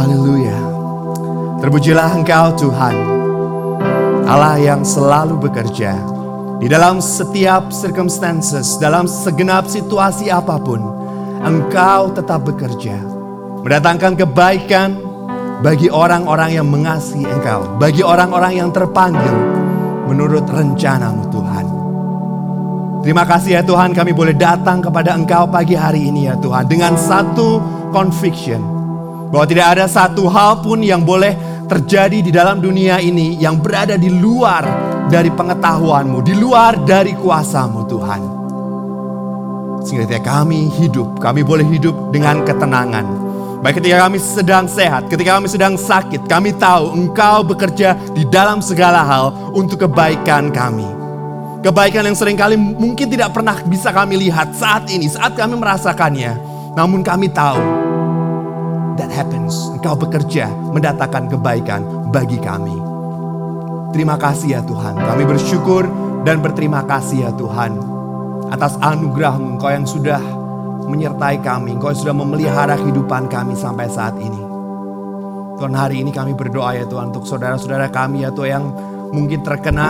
Haleluya. Terpujilah Engkau Tuhan, Allah yang selalu bekerja di dalam setiap circumstances, dalam segenap situasi apapun. Engkau tetap bekerja, mendatangkan kebaikan bagi orang-orang yang mengasihi Engkau, bagi orang-orang yang terpanggil menurut rencana-Mu Tuhan. Terima kasih ya Tuhan, kami boleh datang kepada Engkau pagi hari ini ya Tuhan, dengan satu conviction, bahwa tidak ada satu hal pun yang boleh terjadi di dalam dunia ini yang berada di luar dari pengetahuan-Mu, di luar dari kuasa-Mu Tuhan. Sehingga ketika kami hidup, kami boleh hidup dengan ketenangan. Baik ketika kami sedang sehat, ketika kami sedang sakit, kami tahu Engkau bekerja di dalam segala hal untuk kebaikan kami. Kebaikan yang seringkali mungkin tidak pernah bisa kami lihat saat ini, saat kami merasakannya. Namun kami tahu, that happens. Engkau bekerja mendatangkan kebaikan bagi kami. Terima kasih ya Tuhan. Kami bersyukur dan berterima kasih ya Tuhan atas anugerah-Mu, Engkau yang sudah menyertai kami, Engkau yang sudah memelihara kehidupan kami sampai saat ini. Tuhan, hari ini kami berdoa ya Tuhan untuk saudara-saudara kami ya Tuhan yang mungkin terkena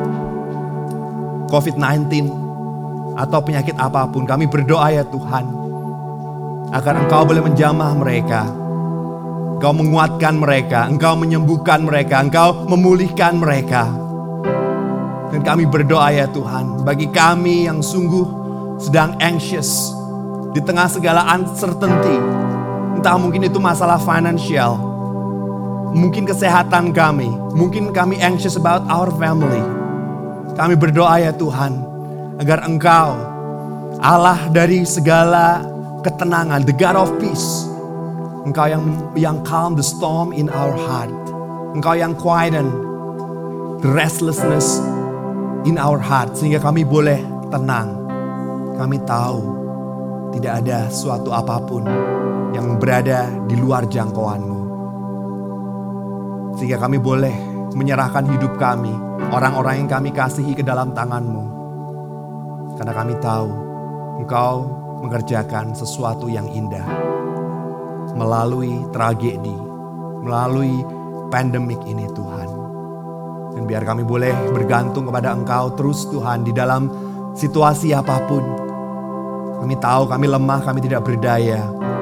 COVID-19 atau penyakit apapun. Kami berdoa ya Tuhan agar Engkau boleh menjamah mereka, Engkau menguatkan mereka, Engkau menyembuhkan mereka, Engkau memulihkan mereka. Dan kami berdoa ya Tuhan, bagi kami yang sungguh sedang anxious di tengah segala uncertainty, entah mungkin itu masalah financial, mungkin kesehatan kami, mungkin kami anxious about our family. Kami berdoa ya Tuhan, agar Engkau, Allah dari segala ketenangan, the God of peace, Engkau yang calm the storm in our heart, Engkau yang quieten the restlessness in our heart, sehingga kami boleh tenang. Kami tahu tidak ada suatu apapun yang berada di luar jangkauan-Mu, sehingga kami boleh menyerahkan hidup kami, orang-orang yang kami kasihi ke dalam tangan-Mu, karena kami tahu Engkau mengerjakan sesuatu yang indah melalui tragedi, melalui pandemik ini Tuhan. Dan biar kami boleh bergantung kepada Engkau terus Tuhan di dalam situasi apapun. Kami tahu kami lemah, kami tidak berdaya.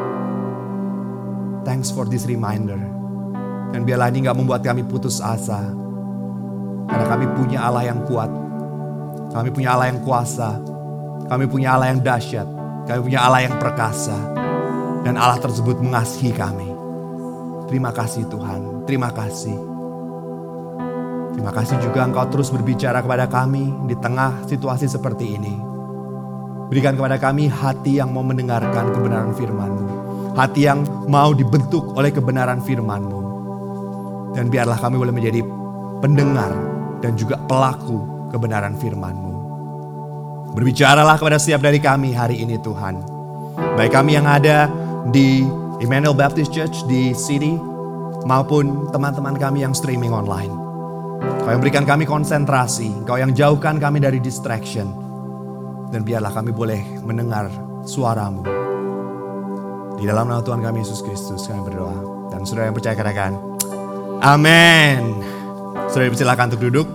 Thanks for this reminder. Dan biarlah ini gak membuat kami putus asa, karena kami punya Allah yang kuat, kami punya Allah yang kuasa, kami punya Allah yang dahsyat, kami punya Allah yang perkasa, dan Allah tersebut mengasihi kami. Terima kasih Tuhan, terima kasih. Terima kasih juga Engkau terus berbicara kepada kami di tengah situasi seperti ini. Berikan kepada kami hati yang mau mendengarkan kebenaran firman-Mu, hati yang mau dibentuk oleh kebenaran firman-Mu. Dan biarlah kami boleh menjadi pendengar dan juga pelaku kebenaran firman-Mu. Berbicaralah kepada setiap dari kami hari ini Tuhan. Baik kami yang ada di Emmanuel Baptist Church di City, maupun teman-teman kami yang streaming online. Kau yang berikan kami konsentrasi, Kau yang jauhkan kami dari distraction. Dan biarlah kami boleh mendengar suara-Mu. Di dalam nama Tuhan kami Yesus Kristus kami berdoa. Dan saudara yang percaya katakan, amin. Saudara silakan untuk duduk.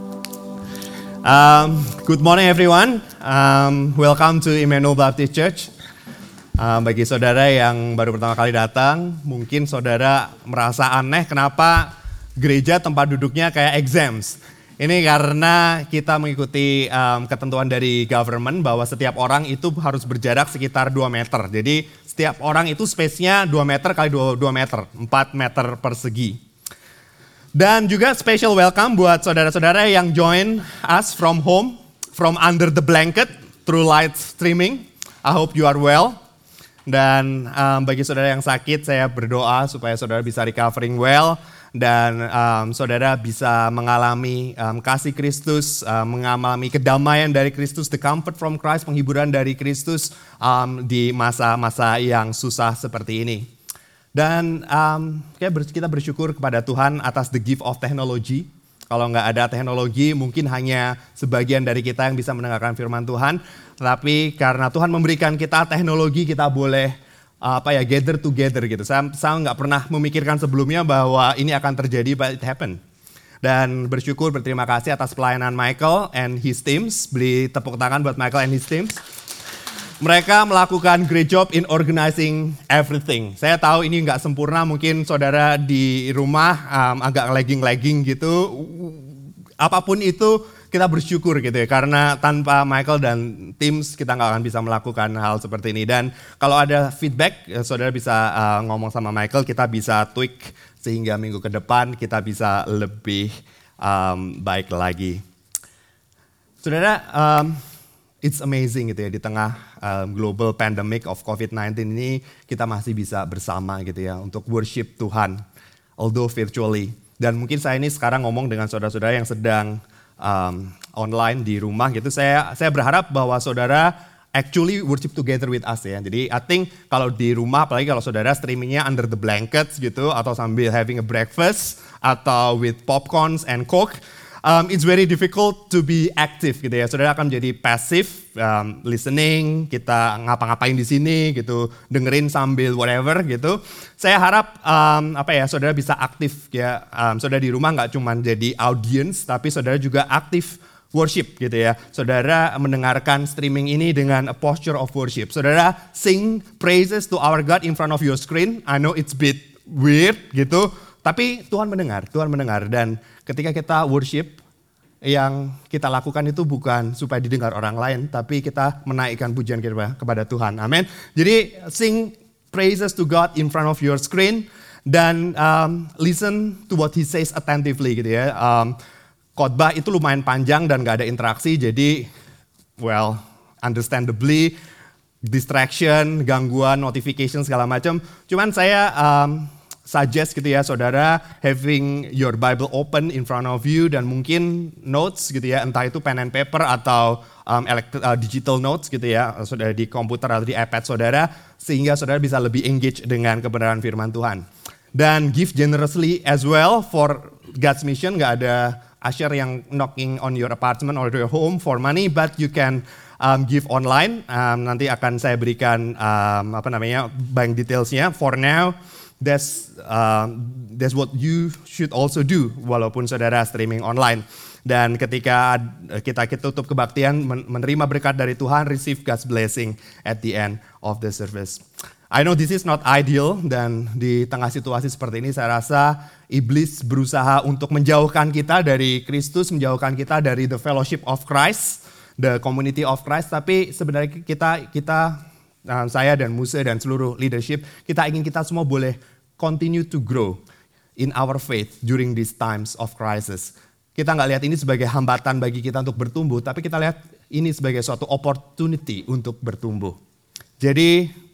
Good morning everyone. Welcome to Emmanuel Baptist Church. Bagi saudara yang baru pertama kali datang, mungkin saudara merasa aneh kenapa gereja tempat duduknya kayak exams. Ini karena kita mengikuti ketentuan dari government bahwa setiap orang itu harus berjarak sekitar 2 meter. Jadi setiap orang itu space-nya 2 meter kali 2 meter, 4 meter persegi. Dan juga special welcome buat saudara-saudara yang join us from home, from under the blanket, through live streaming. I hope you are well. Dan bagi saudara yang sakit, saya berdoa supaya saudara bisa recovering well. Dan saudara bisa mengalami kasih Kristus, mengalami kedamaian dari Kristus, the comfort from Christ, penghiburan dari Kristus di masa-masa yang susah seperti ini. Dan kita bersyukur kepada Tuhan atas the gift of technology. Kalau nggak ada teknologi, mungkin hanya sebagian dari kita yang bisa mendengarkan firman Tuhan. Tapi karena Tuhan memberikan kita teknologi, kita boleh gather together gitu. Saya nggak pernah memikirkan sebelumnya bahwa ini akan terjadi, but it happened. Dan berterima kasih atas pelayanan Michael and his teams. Beri tepuk tangan buat Michael and his teams. Mereka melakukan great job in organizing everything. Saya tahu ini nggak sempurna, mungkin saudara di rumah agak lagging gitu. Apapun itu kita bersyukur gitu ya, karena tanpa Michael dan teams kita nggak akan bisa melakukan hal seperti ini. Dan kalau ada feedback, saudara bisa ngomong sama Michael, kita bisa tweak sehingga minggu ke depan kita bisa lebih baik lagi. Saudara, it's amazing gitu ya, di tengah global pandemic of COVID-19 ini kita masih bisa bersama gitu ya untuk worship Tuhan, although virtually. Dan mungkin saya ini sekarang ngomong dengan saudara-saudara yang sedang online di rumah gitu. Saya berharap bahwa saudara actually worship together with us ya. Jadi I think kalau di rumah, apalagi kalau saudara streamingnya under the blankets gitu, atau sambil having a breakfast, atau with popcorns and coke, it's very difficult to be active gitu ya. Saudara akan menjadi passive, listening, kita ngapa-ngapain di sini gitu, dengerin sambil whatever gitu. Saya harap saudara bisa aktif ya. Saudara di rumah nggak cuma jadi audience, tapi saudara juga aktif worship gitu ya. Saudara mendengarkan streaming ini dengan a posture of worship. Saudara sing praises to our God in front of your screen. I know it's bit weird gitu, tapi Tuhan mendengar. Dan ketika kita worship, yang kita lakukan itu bukan supaya didengar orang lain, tapi kita menaikkan pujian kepada Tuhan. Amin. Jadi sing praises to God in front of your screen dan listen to what He says attentively gitu ya. Khotbah itu lumayan panjang dan gak ada interaksi, jadi understandably distraction, gangguan, notification segala macam. Cuman saya suggest gitu ya, saudara having your Bible open in front of you dan mungkin notes gitu ya, entah itu pen and paper atau digital notes gitu ya, saudara di komputer atau di iPad saudara, sehingga saudara bisa lebih engage dengan kebenaran firman Tuhan. Dan give generously as well for God's mission. Gak ada usher yang knocking on your apartment or your home for money, but you can give online. Nanti akan saya berikan bank detailsnya. For now, that's what you should also do, walaupun saudara streaming online. Dan ketika kita tutup kebaktian, menerima berkat dari Tuhan, receive God's blessing at the end of the service. I know this is not ideal, dan di tengah situasi seperti ini saya rasa iblis berusaha untuk menjauhkan kita dari Kristus, menjauhkan kita dari the fellowship of Christ, the community of Christ. Tapi sebenarnya kita saya dan Musa dan seluruh leadership, kita ingin kita semua boleh continue to grow in our faith during these times of crisis. Kita nggak lihat ini sebagai hambatan bagi kita untuk bertumbuh, tapi kita lihat ini sebagai suatu opportunity untuk bertumbuh. Jadi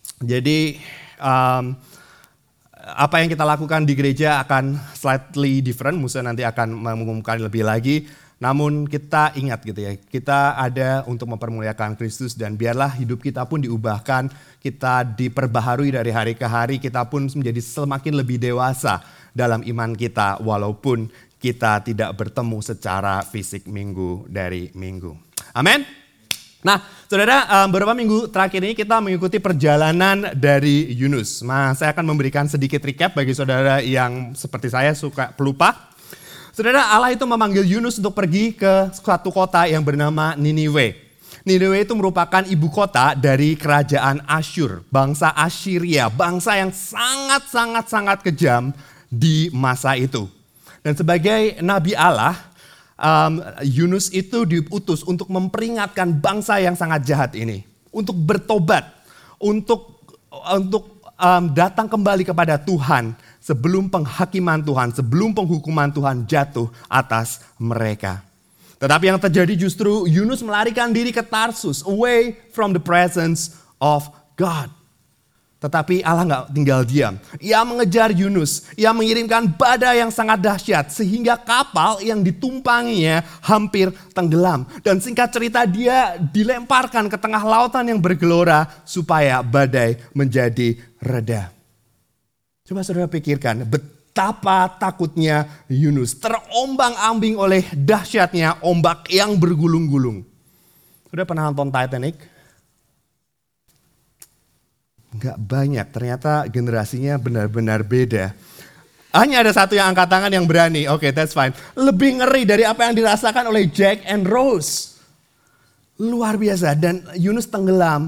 apa yang kita lakukan di gereja akan slightly different. Musa nanti akan mengumumkan lebih lagi. Namun kita ingat gitu ya, kita ada untuk mempermuliakan Kristus, dan biarlah hidup kita pun diubahkan, kita diperbaharui dari hari ke hari, kita pun menjadi semakin lebih dewasa dalam iman kita walaupun kita tidak bertemu secara fisik minggu dari minggu. Amin. Nah, saudara, beberapa minggu terakhir ini kita mengikuti perjalanan dari Yunus. Nah, saya akan memberikan sedikit recap bagi saudara yang seperti saya suka pelupa. Saudara, Allah itu memanggil Yunus untuk pergi ke suatu kota yang bernama Niniwe. Niniwe itu merupakan ibu kota dari kerajaan Asyur, bangsa Assyria, bangsa yang sangat kejam di masa itu. Dan sebagai nabi Allah, Yunus itu diutus untuk memperingatkan bangsa yang sangat jahat ini, untuk bertobat, untuk datang kembali kepada Tuhan sebelum penghakiman Tuhan, sebelum penghukuman Tuhan jatuh atas mereka. Tetapi yang terjadi justru Yunus melarikan diri ke Tarsus, away from the presence of God. Tetapi Allah nggak tinggal diam. Ia mengejar Yunus. Ia mengirimkan badai yang sangat dahsyat sehingga kapal yang ditumpanginya hampir tenggelam. Dan singkat cerita dia dilemparkan ke tengah lautan yang bergelora supaya badai menjadi reda. Coba saudara pikirkan betapa takutnya Yunus terombang-ambing oleh dahsyatnya ombak yang bergulung-gulung. Sudah pernah nonton Titanic? Nggak banyak, ternyata generasinya benar-benar beda. Hanya ada satu yang angkat tangan yang berani. Oke, that's fine. Lebih ngeri dari apa yang dirasakan oleh Jack and Rose. Luar biasa. Dan Yunus tenggelam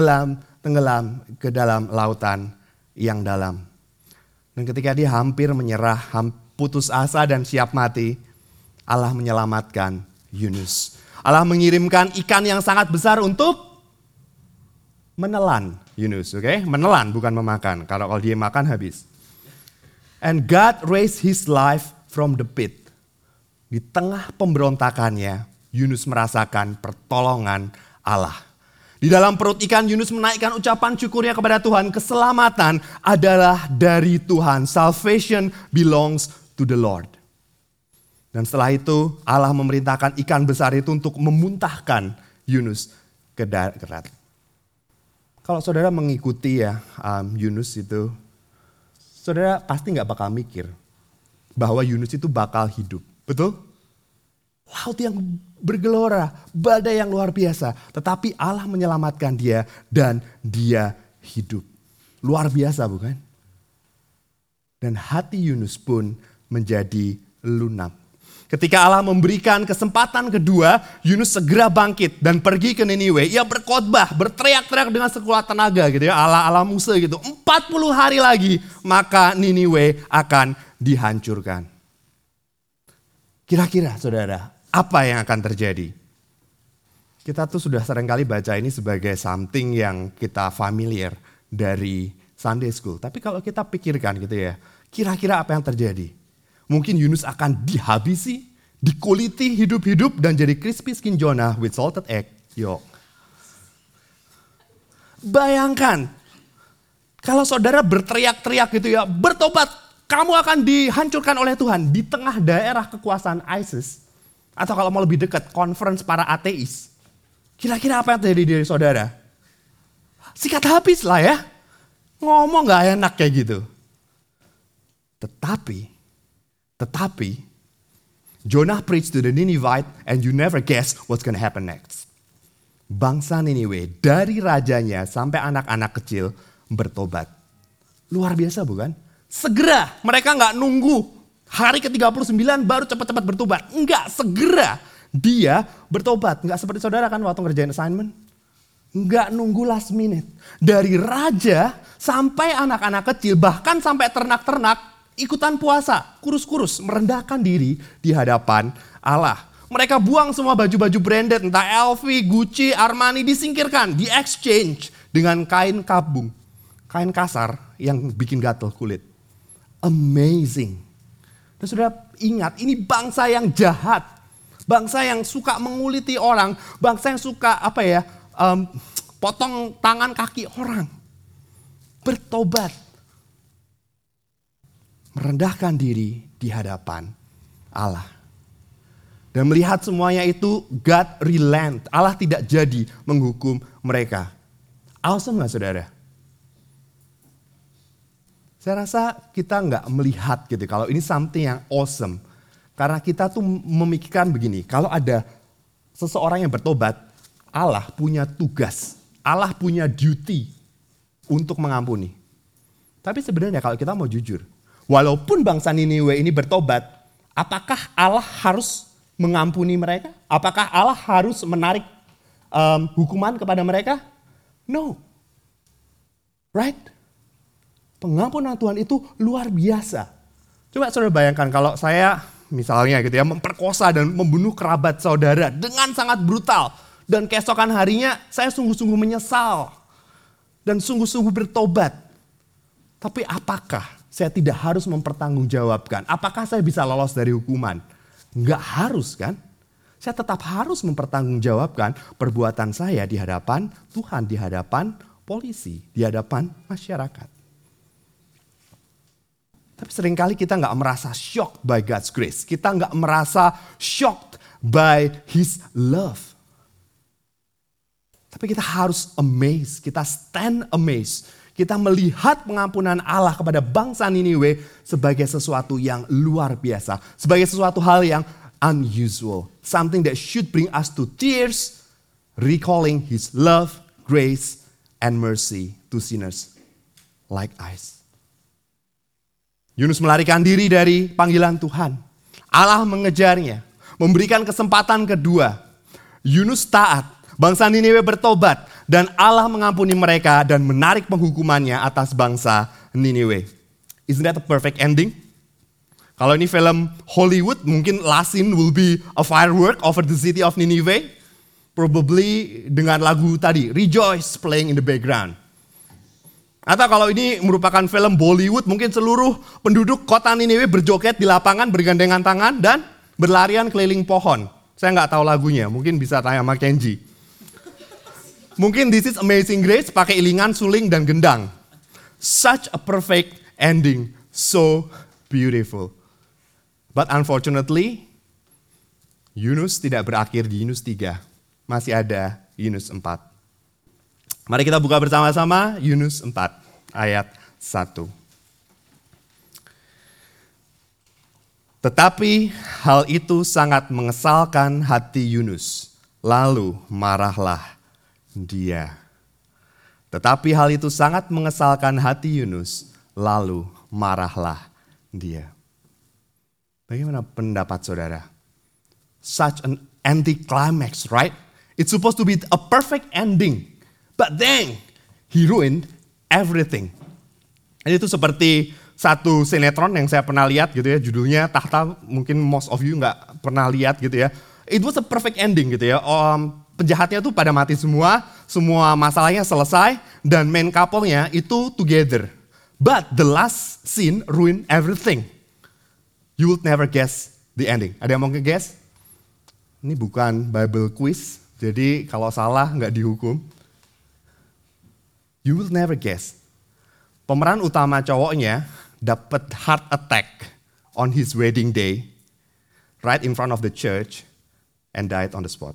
ke dalam lautan yang dalam. Dan ketika dia hampir menyerah, putus asa dan siap mati, Allah menyelamatkan Yunus. Allah mengirimkan ikan yang sangat besar untuk menelan Yunus, oke? Menelan bukan memakan. Kalau dia makan habis. And God raised his life from the pit. Di tengah pemberontakannya, Yunus merasakan pertolongan Allah. Di dalam perut ikan, Yunus menaikkan ucapan syukurnya kepada Tuhan. Keselamatan adalah dari Tuhan. Salvation belongs to the Lord. Dan setelah itu Allah memerintahkan ikan besar itu untuk memuntahkan Yunus ke darat. Kalau saudara mengikuti Yunus itu, saudara pasti gak bakal mikir bahwa Yunus itu bakal hidup. Betul? Laut yang bergelora, badai yang luar biasa. Tetapi Allah menyelamatkan dia dan dia hidup. Luar biasa bukan? Dan hati Yunus pun menjadi lunak. Ketika Allah memberikan kesempatan kedua, Yunus segera bangkit dan pergi ke Niniwe. Ia berkhotbah, berteriak-teriak dengan sekuat tenaga gitu ya, ala Musa gitu. 40 hari lagi maka Niniwe akan dihancurkan. Kira-kira saudara, apa yang akan terjadi? Kita tuh sudah seringkali baca ini sebagai something yang kita familiar dari Sunday School. Tapi kalau kita pikirkan gitu ya, kira-kira apa yang terjadi? Mungkin Yunus akan dihabisi, dikuliti hidup-hidup dan jadi crispy skin Jonah with salted egg yolk. Bayangkan, kalau saudara berteriak-teriak gitu ya, bertobat, kamu akan dihancurkan oleh Tuhan di tengah daerah kekuasaan ISIS. Atau kalau mau lebih dekat, conference para ateis. Kira-kira apa yang terjadi dari saudara? Sikat habis lah ya. Ngomong gak enak kayak gitu. Tetapi, Jonah preached to the Ninevite and you never guess what's gonna happen next. Bangsa Niniwe dari rajanya sampai anak-anak kecil bertobat. Luar biasa bukan? Segera, mereka gak nunggu hari ke-39 baru cepat-cepat bertobat. Enggak, segera dia bertobat. Enggak seperti saudara kan waktu ngerjain assignment. Enggak nunggu last minute. Dari raja sampai anak-anak kecil bahkan sampai ternak-ternak ikutan puasa, kurus-kurus, merendahkan diri di hadapan Allah. Mereka buang semua baju-baju branded, entah LV, Gucci, Armani, disingkirkan, di-exchange dengan kain kabung. Kain kasar yang bikin gatel kulit. Amazing. Dan sudah ingat, ini bangsa yang jahat. Bangsa yang suka menguliti orang. Bangsa yang suka potong tangan kaki orang. Bertobat. Merendahkan diri di hadapan Allah. Dan melihat semuanya itu, God relent. Allah tidak jadi menghukum mereka. Awesome gak saudara? Saya rasa kita gak melihat gitu kalau ini something yang awesome. Karena kita tuh memikirkan begini, kalau ada seseorang yang bertobat, Allah punya tugas. Allah punya duty untuk mengampuni. Tapi sebenarnya kalau kita mau jujur, walaupun bangsa Niniwe ini bertobat, apakah Allah harus mengampuni mereka? Apakah Allah harus menarik hukuman kepada mereka? No. Right? Pengampunan Tuhan itu luar biasa. Coba saudara bayangkan kalau saya misalnya gitu ya, memperkosa dan membunuh kerabat saudara dengan sangat brutal. Dan keesokan harinya saya sungguh-sungguh menyesal. Dan sungguh-sungguh bertobat. Tapi apakah saya tidak harus mempertanggungjawabkan? Apakah saya bisa lolos dari hukuman? Enggak harus kan? Saya tetap harus mempertanggungjawabkan perbuatan saya di hadapan Tuhan, di hadapan polisi, di hadapan masyarakat. Tapi seringkali kita nggak merasa shocked by God's grace. Kita nggak merasa shocked by His love. Tapi kita harus amazed, kita stand amazed. Kita melihat pengampunan Allah kepada bangsa Niniwe sebagai sesuatu yang luar biasa. Sebagai sesuatu hal yang unusual. Something that should bring us to tears, recalling His love, grace, and mercy to sinners like us. Yunus melarikan diri dari panggilan Tuhan. Allah mengejarnya, memberikan kesempatan kedua. Yunus taat, bangsa Niniwe bertobat, dan Allah mengampuni mereka dan menarik penghukumannya atas bangsa Niniwe. Isn't that a perfect ending? Kalau ini film Hollywood, mungkin last scene will be a firework over the city of Nineveh. Probably dengan lagu tadi, Rejoice playing in the background. Atau kalau ini merupakan film Bollywood, mungkin seluruh penduduk kota Niniwe berjoget di lapangan, bergandengan tangan, dan berlarian keliling pohon. Saya nggak tahu lagunya, mungkin bisa tanya sama Kenji. Mungkin This is Amazing Grace pakai ilingan, suling, dan gendang. Such a perfect ending, so beautiful. But unfortunately, Yunus tidak berakhir di Yunus 3. Masih ada Yunus 4. Mari kita buka bersama-sama Yunus 4 ayat 1. Tetapi hal itu sangat mengesalkan hati Yunus, lalu marahlah dia. Tetapi hal itu sangat mengesalkan hati Yunus, lalu marahlah dia. Bagaimana pendapat saudara? Such an anticlimax, right? It's supposed to be a perfect ending. But then, he ruined everything. Ini itu seperti satu sinetron yang saya pernah lihat gitu ya, judulnya Tahta, mungkin most of you nggak pernah lihat gitu ya. It was a perfect ending gitu ya. Penjahatnya tuh pada mati semua masalahnya selesai, dan main couple-nya itu together. But the last scene ruined everything. You will never guess the ending. Ada yang mau nge-guess? Ini bukan Bible quiz, jadi kalau salah nggak dihukum. You will never guess. Pemeran utama cowoknya dapat heart attack on his wedding day, right in front of the church, and died on the spot.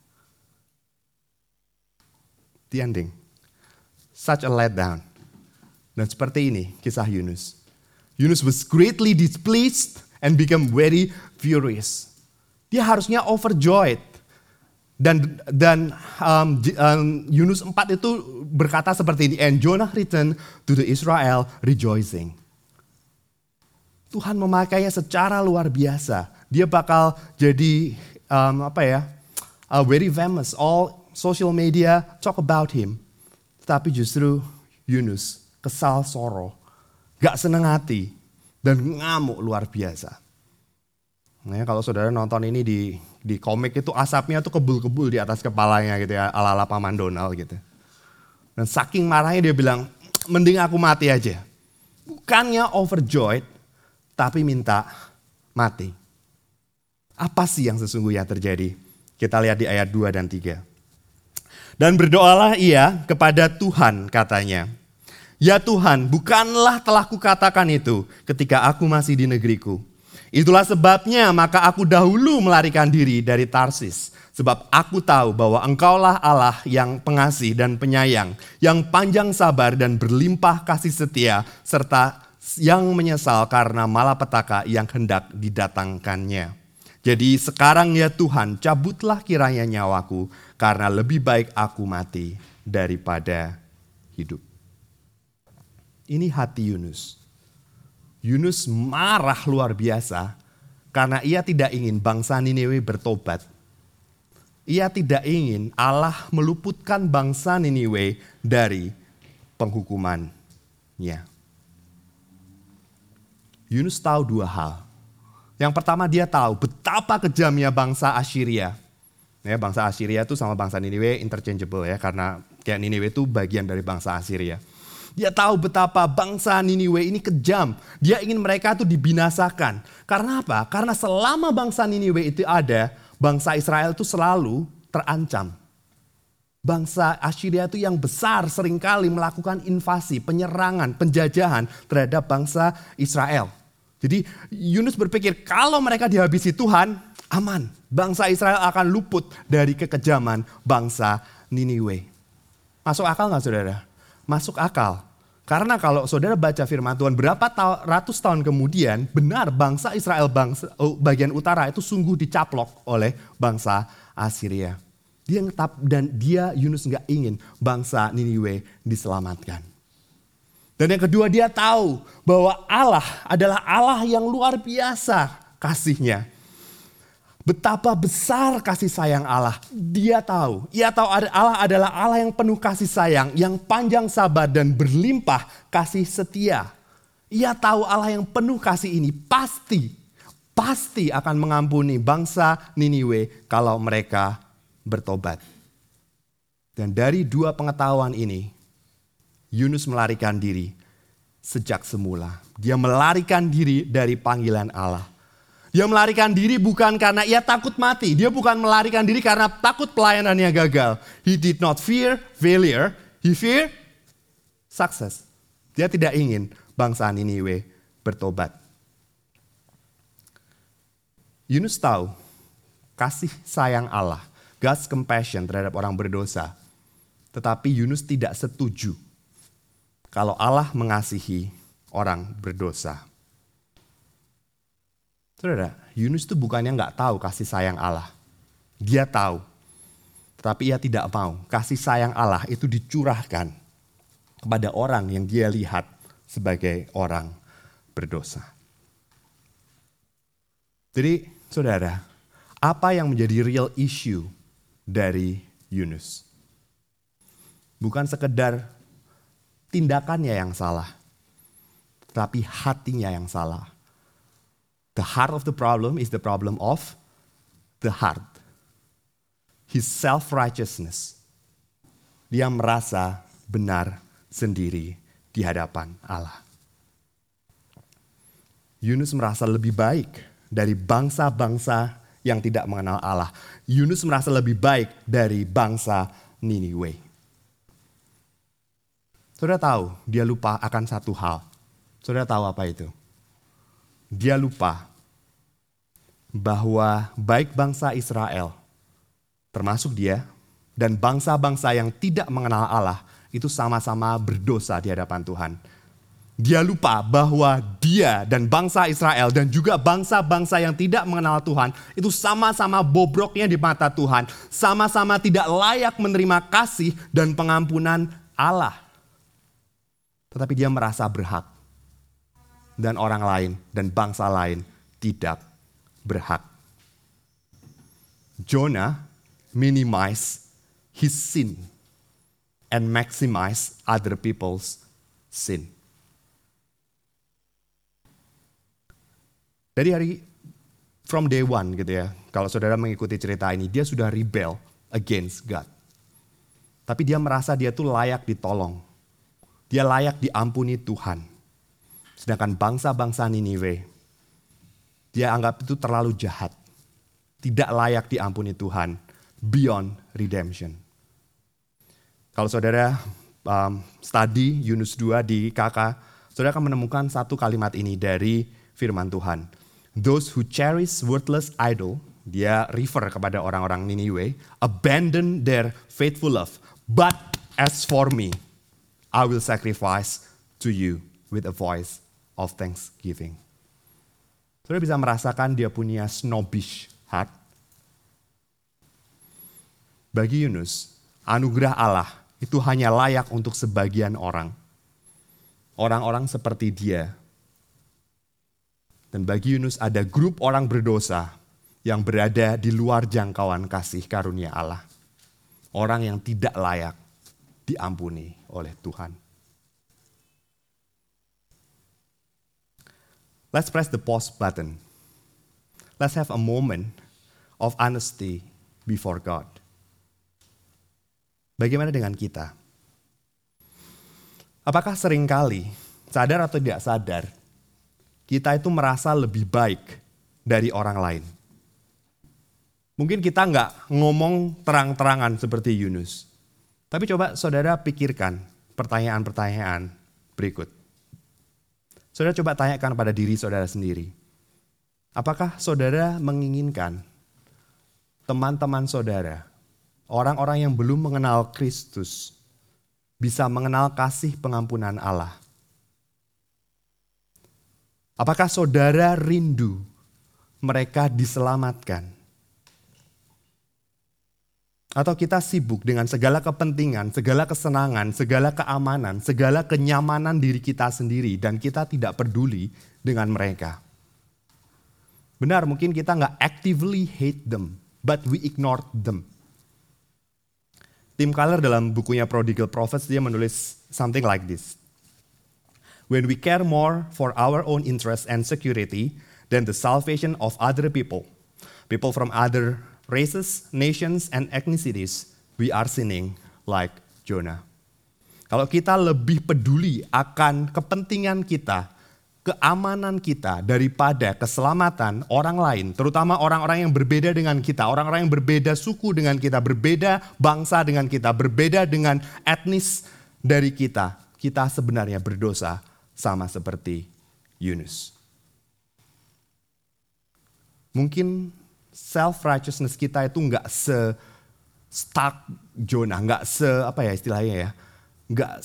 The ending. Such a letdown. Dan seperti ini kisah Yunus. Yunus was greatly displeased and became very furious. Dia harusnya overjoyed. Dan Yunus 4 itu berkata seperti ini, and Jonah returned to the Israel rejoicing. Tuhan memakainya secara luar biasa. Dia bakal jadi very famous. All social media talk about him. Tapi justru Yunus kesal soro, gak seneng hati, dan ngamuk luar biasa. Nah, kalau saudara nonton ini di komik itu asapnya tuh kebul-kebul di atas kepalanya gitu ya, ala-ala Paman Donald gitu. Dan saking marahnya dia bilang, mending aku mati aja. Bukannya overjoyed, tapi minta mati. Apa sih yang sesungguhnya terjadi? Kita lihat di ayat 2 dan 3. Dan berdoalah ia kepada Tuhan katanya. Ya Tuhan, bukanlah telah kukatakan itu ketika aku masih di negeriku. Itulah sebabnya maka aku dahulu melarikan diri dari Tarsis. Sebab aku tahu bahwa engkaulah Allah yang pengasih dan penyayang, yang panjang sabar dan berlimpah kasih setia, serta yang menyesal karena malapetaka yang hendak didatangkannya. Jadi sekarang ya Tuhan, cabutlah kiranya nyawaku, karena lebih baik aku mati daripada hidup. Ini hati Yunus. Yunus marah luar biasa karena ia tidak ingin bangsa Niniwe bertobat. Ia tidak ingin Allah meluputkan bangsa Niniwe dari penghukumannya. Yunus tahu dua hal. Yang pertama, dia tahu betapa kejamnya bangsa Assyria. Ya, bangsa Assyria itu sama bangsa Niniwe interchangeable ya, karena kayak Niniwe itu bagian dari bangsa Assyria. Dia tahu betapa bangsa Niniwe ini kejam. Dia ingin mereka itu dibinasakan. Karena apa? Karena selama bangsa Niniwe itu ada, bangsa Israel itu selalu terancam. Bangsa Assyria itu yang besar seringkali melakukan invasi, penyerangan, penjajahan terhadap bangsa Israel. Jadi Yunus berpikir kalau mereka dihabisi Tuhan, aman. Bangsa Israel akan luput dari kekejaman bangsa Niniwe. Masuk akal nggak saudara? Masuk akal. Karena kalau saudara baca firman Tuhan berapa ratus tahun kemudian, benar bangsa Israel bagian utara itu sungguh dicaplok oleh bangsa Assyria. Yunus nggak ingin bangsa Niniwe diselamatkan. Dan yang kedua, dia tahu bahwa Allah adalah Allah yang luar biasa kasihnya. Betapa besar kasih sayang Allah. Ia tahu Allah adalah Allah yang penuh kasih sayang, yang panjang sabar dan berlimpah kasih setia. Ia tahu Allah yang penuh kasih ini pasti akan mengampuni bangsa Niniwe kalau mereka bertobat. Dan dari dua pengetahuan ini, Yunus melarikan diri sejak semula. Dia melarikan diri dari panggilan Allah. Dia melarikan diri bukan karena ia takut mati. Dia bukan melarikan diri karena takut pelayanannya gagal. He did not fear failure. He fear success. Dia tidak ingin bangsa Niniwe bertobat. Yunus tahu kasih sayang Allah, God's compassion terhadap orang berdosa. Tetapi Yunus tidak setuju kalau Allah mengasihi orang berdosa. Saudara, Yunus itu bukannya nggak tahu kasih sayang Allah. Dia tahu. Tetapi ia tidak mau kasih sayang Allah itu dicurahkan kepada orang yang dia lihat sebagai orang berdosa. Jadi, saudara, apa yang menjadi real issue dari Yunus? Bukan sekedar tindakannya yang salah, tapi hatinya yang salah. The heart of the problem is the problem of the heart. His self-righteousness. Dia merasa benar sendiri di hadapan Allah. Yunus merasa lebih baik dari bangsa-bangsa yang tidak mengenal Allah. Yunus merasa lebih baik dari bangsa Niniwe. Saudara tahu, dia lupa akan satu hal. Saudara tahu apa itu? Dia lupa bahwa baik bangsa Israel, termasuk dia, dan bangsa-bangsa yang tidak mengenal Allah, itu sama-sama berdosa di hadapan Tuhan. Dia lupa bahwa dia dan bangsa Israel dan juga bangsa-bangsa yang tidak mengenal Tuhan, itu sama-sama bobroknya di mata Tuhan. Sama-sama tidak layak menerima kasih dan pengampunan Allah. Tetapi dia merasa berhak. Dan orang lain dan bangsa lain tidak berhak. Jonah minimize his sin and maximize other people's sin. Dari from day one gitu ya, kalau saudara mengikuti cerita ini, dia sudah rebel against God. Tapi dia merasa dia tuh layak ditolong. Dia layak diampuni Tuhan. Sedangkan bangsa-bangsa Niniwe, dia anggap itu terlalu jahat. Tidak layak diampuni Tuhan. Beyond redemption. Kalau saudara study Yunus 2 di KK, saudara akan menemukan satu kalimat ini dari firman Tuhan. Those who cherish worthless idol, dia refer kepada orang-orang Niniwe, abandon their faithful love. But as for me, I will sacrifice to you with a voice of thanksgiving. Saudara bisa merasakan dia punya snobbish heart. Bagi Yunus, anugerah Allah itu hanya layak untuk sebagian orang. Orang-orang seperti dia. Dan bagi Yunus ada grup orang berdosa yang berada di luar jangkauan kasih karunia Allah. Orang yang tidak layak diampuni oleh Tuhan. Let's press the pause button. Let's have a moment of honesty before God. Bagaimana dengan kita? Apakah seringkali, sadar atau tidak sadar, kita itu merasa lebih baik dari orang lain? Mungkin kita nggak ngomong terang-terangan seperti Yunus. Tapi coba saudara pikirkan pertanyaan-pertanyaan berikut. Saudara coba tanyakan pada diri saudara sendiri. Apakah saudara menginginkan teman-teman saudara, orang-orang yang belum mengenal Kristus, bisa mengenal kasih pengampunan Allah? Apakah saudara rindu mereka diselamatkan? Atau kita sibuk dengan segala kepentingan, segala kesenangan, segala keamanan, segala kenyamanan diri kita sendiri dan kita tidak peduli dengan mereka. Benar, mungkin kita nggak actively hate them, but we ignore them. Tim Keller dalam bukunya Prodigal Prophets dia menulis something like this. When we care more for our own interest and security than the salvation of other people from other races, nations, and ethnicities, we are sinning like Jonah. Kalau kita lebih peduli akan kepentingan kita, keamanan kita daripada keselamatan orang lain, terutama orang-orang yang berbeda dengan kita, orang-orang yang berbeda suku dengan kita, berbeda bangsa dengan kita, berbeda dengan etnis dari kita, kita sebenarnya berdosa sama seperti Yunus. Mungkin self-righteousness kita itu nggak se-stark Jonah, nggak nggak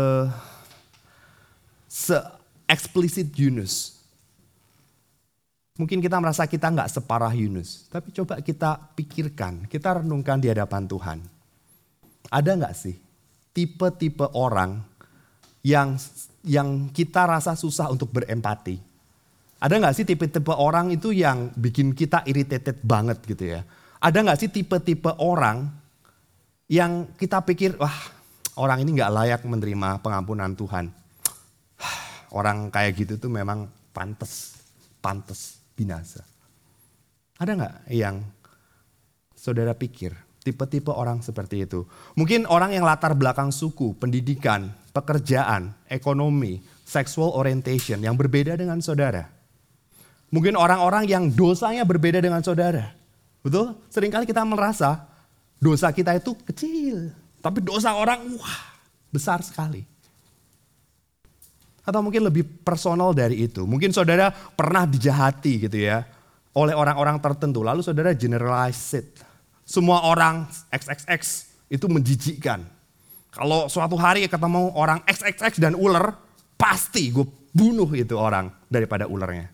se-explicit Yunus. Mungkin kita merasa kita nggak separah Yunus, tapi coba kita pikirkan, kita renungkan di hadapan Tuhan. Ada nggak sih tipe-tipe orang yang kita rasa susah untuk berempati? Ada nggak sih tipe-tipe orang itu yang bikin kita irritated banget gitu ya? Ada nggak sih tipe-tipe orang yang kita pikir, wah orang ini nggak layak menerima pengampunan Tuhan. Orang kayak gitu tuh memang pantas binasa. Ada nggak yang saudara pikir tipe-tipe orang seperti itu? Mungkin orang yang latar belakang suku, pendidikan, pekerjaan, ekonomi, sexual orientation yang berbeda dengan saudara. Mungkin orang-orang yang dosanya berbeda dengan saudara. Betul? Seringkali kita merasa dosa kita itu kecil. Tapi dosa orang, besar sekali. Atau mungkin lebih personal dari itu. Mungkin saudara pernah dijahati gitu ya. Oleh orang-orang tertentu. Lalu saudara generalize it. Semua orang XXX itu menjijikkan. Kalau suatu hari ketemu orang XXX dan ular, pasti gue bunuh itu orang daripada ularnya.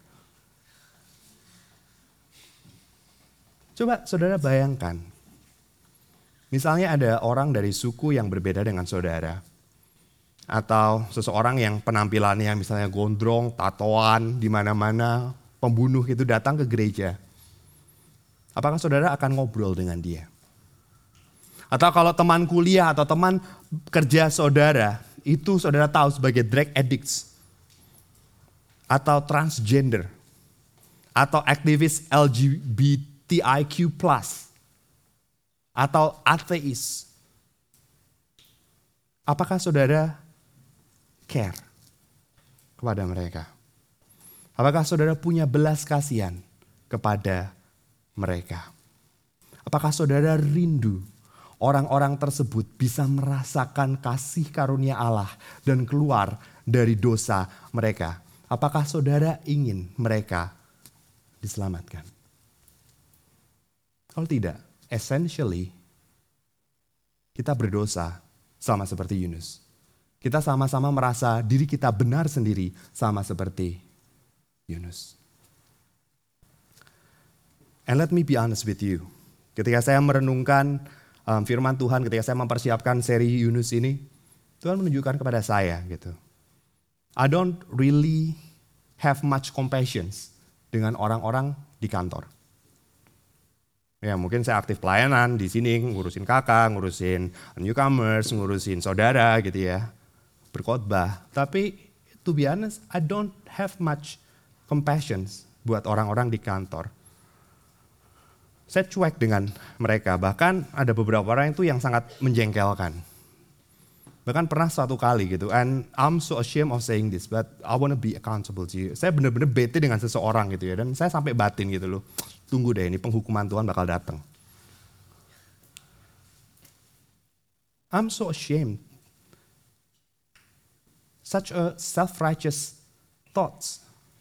Coba saudara bayangkan, misalnya ada orang dari suku yang berbeda dengan saudara. Atau seseorang yang penampilannya misalnya gondrong, tatoan di mana-mana, pembunuh itu datang ke gereja. Apakah saudara akan ngobrol dengan dia? Atau kalau teman kuliah atau teman kerja saudara, itu saudara tahu sebagai drug addicts. Atau transgender. Atau aktivis LGBTIQ+. Atau ateis. Apakah saudara care kepada mereka? Apakah saudara punya belas kasihan kepada mereka? Apakah saudara rindu orang-orang tersebut bisa merasakan kasih karunia Allah dan keluar dari dosa mereka? Apakah saudara ingin mereka diselamatkan? Kalau tidak, essentially kita berdosa sama seperti Yunus. Kita sama-sama merasa diri kita benar sendiri sama seperti Yunus. And let me be honest with you. Ketika saya merenungkan firman Tuhan, ketika saya mempersiapkan seri Yunus ini, Tuhan menunjukkan kepada saya gitu. I don't really have much compassion dengan orang-orang di kantor. Ya mungkin saya aktif pelayanan di sini, ngurusin kakak, ngurusin newcomers, ngurusin saudara gitu ya. Berkhotbah. Tapi to be honest, I don't have much compassion buat orang-orang di kantor. Saya cuek dengan mereka, bahkan ada beberapa orang itu yang sangat menjengkelkan. Bahkan pernah suatu kali gitu, and I'm so ashamed of saying this, but I wanna be accountable to you. Saya benar-benar bete dengan seseorang gitu ya, dan saya sampai batin gitu loh. Tunggu deh, ini penghukuman Tuhan bakal datang. I'm so ashamed. Such a self-righteous thoughts.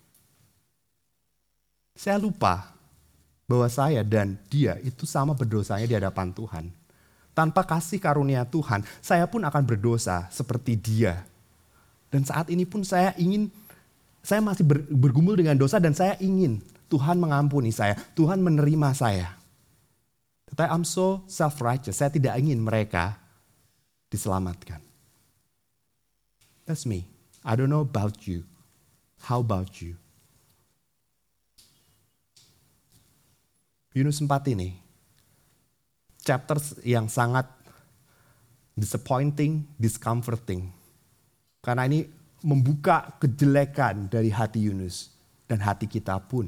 Saya lupa bahwa saya dan dia itu sama berdosanya di hadapan Tuhan. Tanpa kasih karunia Tuhan, saya pun akan berdosa seperti dia. Dan saat ini pun saya masih bergumul dengan dosa dan saya ingin Tuhan mengampuni saya, Tuhan menerima saya. Tetapi I'm so self-righteous. Saya tidak ingin mereka diselamatkan. That's me. I don't know about you. How about you? Yunus 4 ini, chapter yang sangat disappointing, discomforting. Karena ini membuka kejelekan dari hati Yunus dan hati kita pun.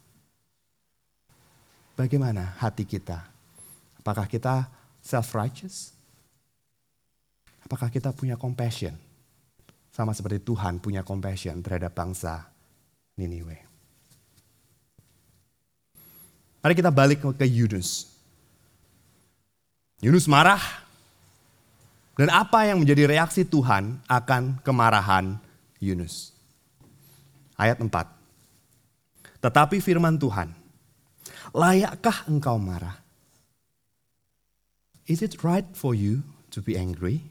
Bagaimana hati kita? Apakah kita self-righteous? Apakah kita punya compassion? Sama seperti Tuhan punya compassion terhadap bangsa Niniwe. Mari kita balik ke Yunus. Yunus marah. Dan apa yang menjadi reaksi Tuhan akan kemarahan Yunus? Ayat 4. Tetapi firman Tuhan, layakkah engkau marah? Is it right for you to be angry?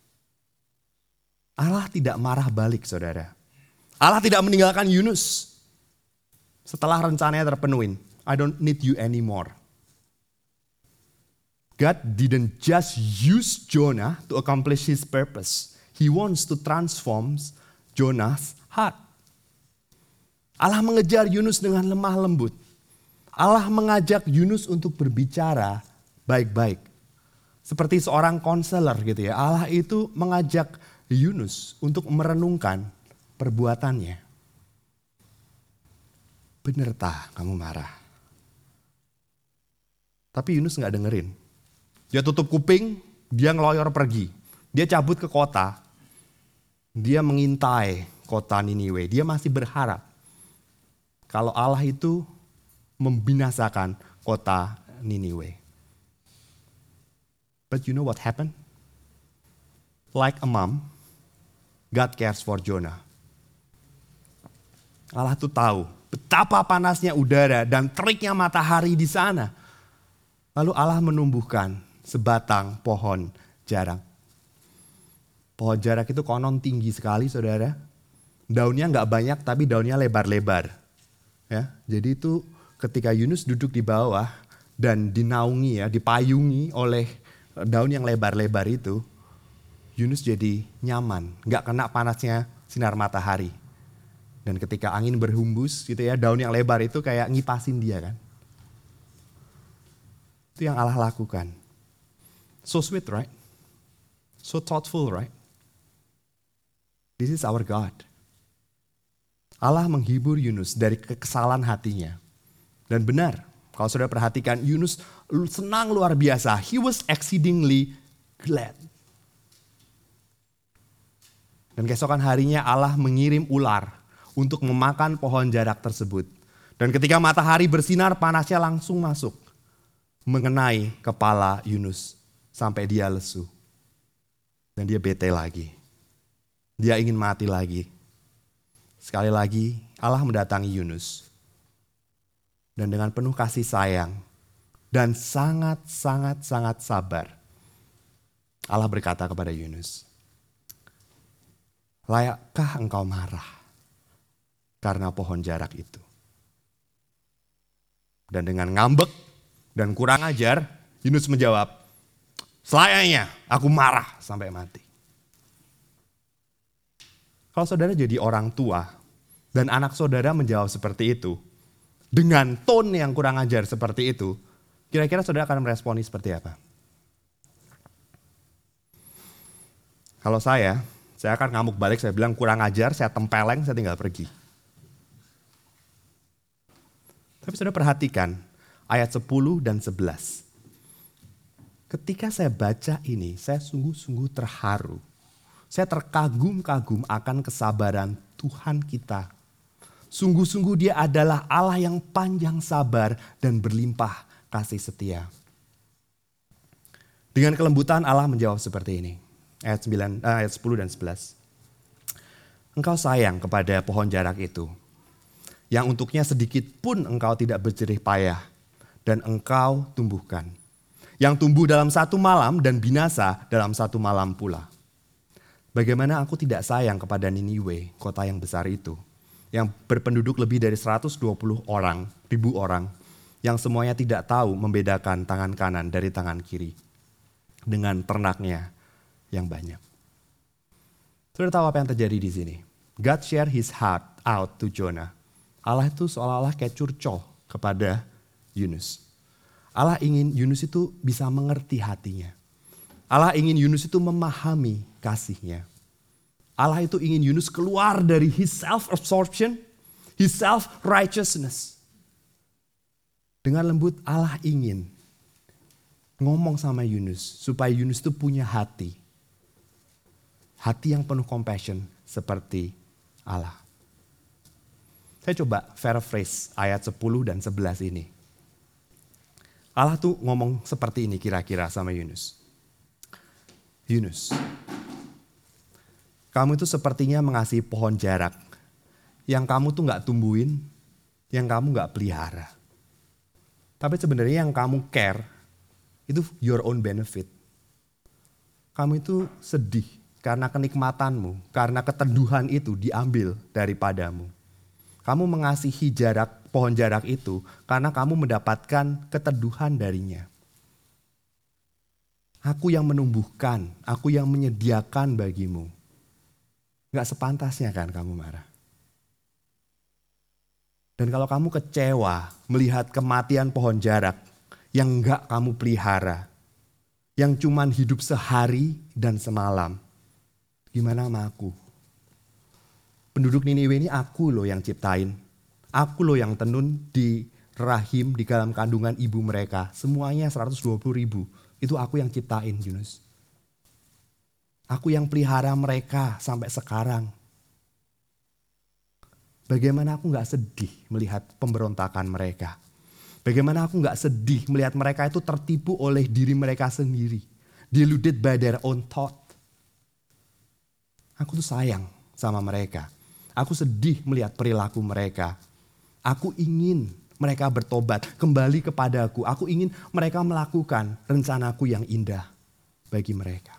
Allah tidak marah balik, saudara. Allah tidak meninggalkan Yunus setelah rencananya terpenuhi. I don't need you anymore. God didn't just use Jonah to accomplish his purpose. He wants to transform Jonah's heart. Allah mengejar Yunus dengan lemah lembut. Allah mengajak Yunus untuk berbicara baik-baik. Seperti seorang konselor gitu ya. Allah itu mengajak Yunus untuk merenungkan perbuatannya. Bener tah kamu marah? Tapi Yunus gak dengerin. Dia tutup kuping, dia ngeloyor pergi. Dia cabut ke kota. Dia mengintai kota Niniwe. Dia masih berharap kalau Allah itu membinasakan kota Niniwe. But you know what happened? Like a mom, God cares for Jonah. Allah tuh tahu betapa panasnya udara dan teriknya matahari di sana. Lalu Allah menumbuhkan sebatang pohon jarak. Pohon jarak itu konon tinggi sekali, saudara. Daunnya nggak banyak tapi daunnya lebar-lebar. Ya, jadi itu ketika Yunus duduk di bawah dan dinaungi ya, dipayungi oleh daun yang lebar-lebar itu, Yunus jadi nyaman, nggak kena panasnya sinar matahari. Dan ketika angin berhembus gitu ya, daun yang lebar itu kayak ngipasin dia kan. Itu yang Allah lakukan. So sweet, right? So thoughtful, right? This is our God. Allah menghibur Yunus dari kekesalan hatinya. Dan benar, kalau saudara perhatikan, Yunus senang luar biasa. He was exceedingly glad. Dan keesokan harinya Allah mengirim ular untuk memakan pohon jarak tersebut. Dan ketika matahari bersinar, panasnya langsung masuk mengenai kepala Yunus sampai dia lesu. Dan dia bete lagi. Dia ingin mati lagi. Sekali lagi Allah mendatangi Yunus. Dan dengan penuh kasih sayang dan sangat sabar, Allah berkata kepada Yunus, layakkah engkau marah karena pohon jarak itu? Dan dengan ngambek dan kurang ajar, Yunus menjawab, selayaknya aku marah sampai mati. Kalau saudara jadi orang tua dan anak saudara menjawab seperti itu, dengan tone yang kurang ajar seperti itu, kira-kira saudara akan meresponi seperti apa? Kalau saya akan ngamuk balik, saya bilang kurang ajar, saya tempeleng, saya tinggal pergi. Tapi saudara perhatikan ayat 10 dan 11. Ketika saya baca ini, saya sungguh-sungguh terharu. Saya terkagum-kagum akan kesabaran Tuhan kita. Sungguh-sungguh Dia adalah Allah yang panjang sabar dan berlimpah kasih setia. Dengan kelembutan Allah menjawab seperti ini. Ayat 10 dan 11. Engkau sayang kepada pohon jarak itu, yang untuknya sedikit pun engkau tidak berjerih payah, dan engkau tumbuhkan. Yang tumbuh dalam satu malam dan binasa dalam satu malam pula. Bagaimana aku tidak sayang kepada Niniwe, kota yang besar itu, yang berpenduduk lebih dari 120 ribu orang, yang semuanya tidak tahu membedakan tangan kanan dari tangan kiri dengan ternaknya yang banyak. Saudara tahu apa yang terjadi di sini? God share his heart out to Jonah. Allah itu seolah-olah kayak curcol kepada Yunus. Allah ingin Yunus itu bisa mengerti hatinya. Allah ingin Yunus itu memahami kasihnya. Allah itu ingin Yunus keluar dari his self-absorption, his self-righteousness. Dengan lembut Allah ingin ngomong sama Yunus supaya Yunus itu punya hati. Hati yang penuh compassion seperti Allah. Saya coba paraphrase ayat 10 dan 11 ini. Allah tuh ngomong seperti ini kira-kira sama Yunus. Yunus, kamu itu sepertinya mengasihi pohon jarak yang kamu tuh gak tumbuhin, yang kamu gak pelihara. Tapi sebenarnya yang kamu care itu your own benefit. Kamu itu sedih karena kenikmatanmu, karena keteduhan itu diambil daripadamu. Kamu mengasihi pohon jarak itu karena kamu mendapatkan keteduhan darinya. Aku yang menumbuhkan, aku yang menyediakan bagimu. Gak sepantasnya kan kamu marah. Dan kalau kamu kecewa melihat kematian pohon jarak yang gak kamu pelihara, yang cuman hidup sehari dan semalam, gimana sama aku? Penduduk Niniwe ini aku loh yang ciptain. Aku loh yang tenun di rahim, di dalam kandungan ibu mereka. Semuanya 120.000. Itu aku yang ciptain, Yunus. Aku yang pelihara mereka sampai sekarang. Bagaimana aku gak sedih melihat pemberontakan mereka. Bagaimana aku gak sedih melihat mereka itu tertipu oleh diri mereka sendiri. Deluded by their own thought. Aku tuh sayang sama mereka. Aku sedih melihat perilaku mereka. Aku ingin mereka bertobat kembali kepadaku. Aku ingin mereka melakukan rencanaku yang indah bagi mereka.